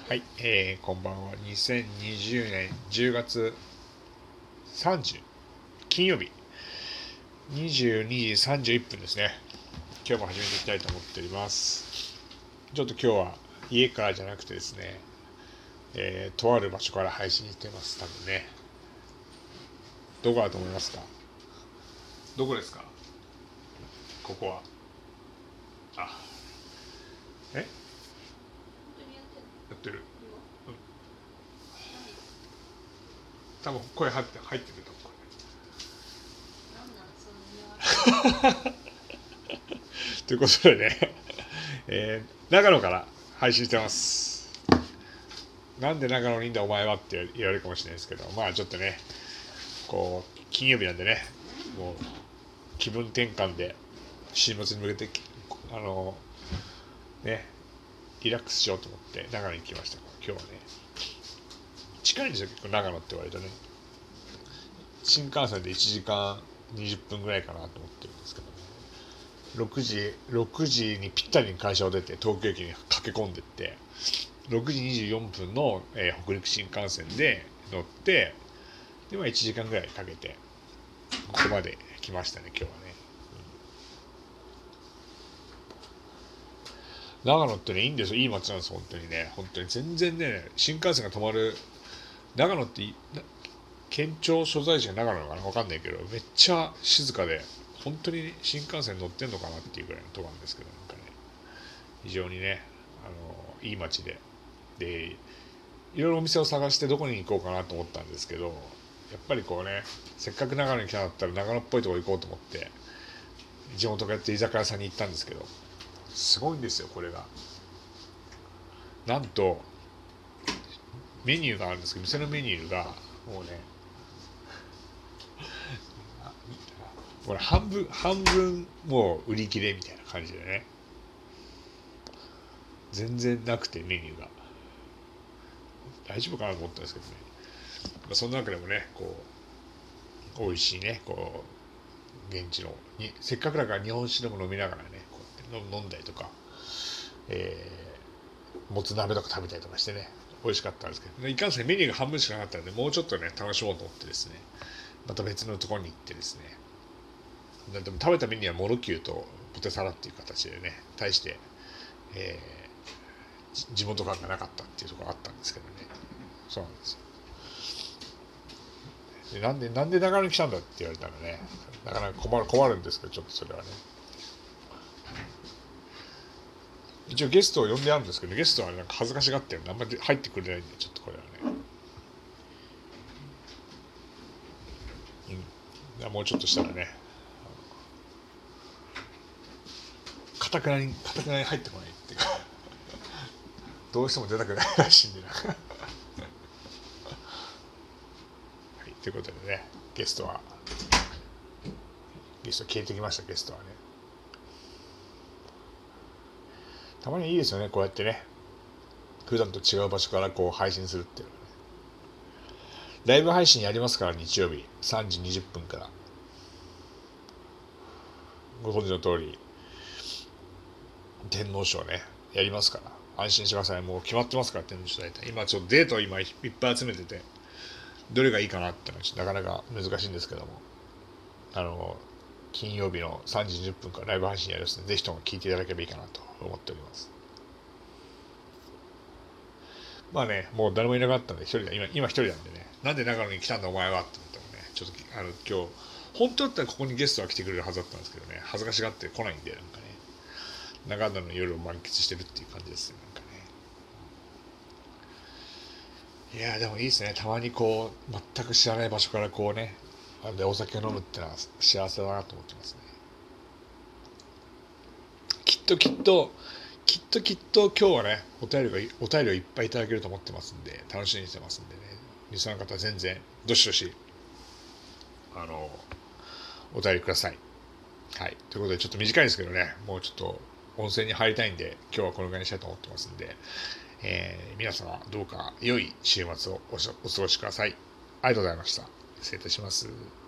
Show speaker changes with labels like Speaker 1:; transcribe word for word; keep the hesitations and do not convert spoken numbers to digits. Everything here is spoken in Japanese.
Speaker 1: はい、えー、こんばんは。にせんにじゅうねんじゅうがつさんじゅう金曜日にじゅうにじさんじゅういっぷんですね。今日も始めていきたいと思っております。ちょっと今日は家からじゃなくてですね、えー、とある場所から配信してます。多分ね。どこだと思いますか？どこですか？ここは。あ、え？やってる。うん。多分声入って入ってると思う。ということでね、えー、長野から配信してます。なんで長野にいんだお前はって言われるかもしれないですけど、まあちょっとね、こう金曜日なんでね、もう気分転換で週末に向けてあのねリラックスしようと思って長野に来ました。今日はね、近いんですよ。結構長野って割とね、新幹線でいちじかんにじゅっぷんぐらいかなと思ってるんですけど、ね、ろくじろくじにぴったりに会社を出て東京駅に駆け込んでってろくじにじゅうよんぷんの、えー、北陸新幹線で乗って、で、まあ、いちじかんぐらいかけてここまで来ましたね。今日はね、うん、長野ってね、いいんですよ。いい街なんです本当にね。本当に全然ね、新幹線が止まる。長野って県庁所在地が長野なのかな、分かんないけど、めっちゃ静かで本当に新幹線乗ってんのかなっていうぐらいのとこなんですけど、なんかね、非常にね、あのいい街で、でいろいろお店を探してどこに行こうかなと思ったんですけど、やっぱりこうね、せっかく長野に来たんだったら長野っぽいところ行こうと思って地元がやってる居酒屋さんに行ったんですけど、すごいんですよこれが。なんとメニューがあるんですけど、店のメニューがもうね、これ半分半分もう売り切れみたいな感じでね、全然なくてメニューが大丈夫かなと思ったんですけどね、まあ、その中でもね、こう美味しいね、こう現地のにせっかくだから日本酒でも飲みながらね、こうやって飲んだりとか、えー、もつ鍋とか食べたりとかしてね、美味しかったんですけど、いかんせんメニューが半分しかなかったので、もうちょっとね楽しもうと思ってですね、また別のところに行ってですね、でも食べたメニューはモロキューとポテサラっていう形でね、対して、えー、地元感がなかったっていうところがあったんですけどね。そうなんですよ。でなんでなんで長野に来たんだって言われたらね、なかなか困る困るんですけど、ちょっとそれはね、一応ゲストを呼んであるんですけど、ゲストはなんか恥ずかしがってるんであんまり入ってくれないんで、ちょっとこれはね、うん、もうちょっとしたらね、かたくなにかたくなに入ってこないっていうか、どうしても出たくないらしいんでなはい、ということでね、ゲストはゲスト消えてきました。ゲストはね、たまにいいですよね、こうやってね、普段と違う場所からこう配信するっていうのはね。ライブ配信やりますから、日曜日さんじにじゅっぷんから、ご存知の通り天皇賞ねやりますから、安心してください。もう決まってますから、天皇賞大体。今ちょっとデータを今いっぱい集めてて、どれがいいかなってのはなかなか難しいんですけども、あの金曜日のさんじじゅっぷんからライブ配信やりますので、ぜひとも聞いていただければいいかなと思っております。まあね、もう誰もいなかったんで一人だ、今今一人なんでね、なんで長野に来たんだお前はって言ってもね、ちょっとあの今日本当だったらここにゲストが来てくれるはずだったんですけどね、恥ずかしがって来ないんで、なんかね、長野の夜を満喫してるっていう感じですね。なんかね、いやでもいいですね。たまにこう全く知らない場所からこうね、でお酒を飲むってのは幸せだなと思ってますね。きっときっときっときっと今日はね、お便りがお便りをいっぱいいただけると思ってますんで、楽しみにしてますんでね、リスナーの方は全然どしどしあのお便りください。はい、ということでちょっと短いですけどね、もうちょっと温泉に入りたいんで今日はこのぐらいにしたいと思ってますんで、えー、皆様どうか良い週末をお過ごしください。ありがとうございました。失礼いたします。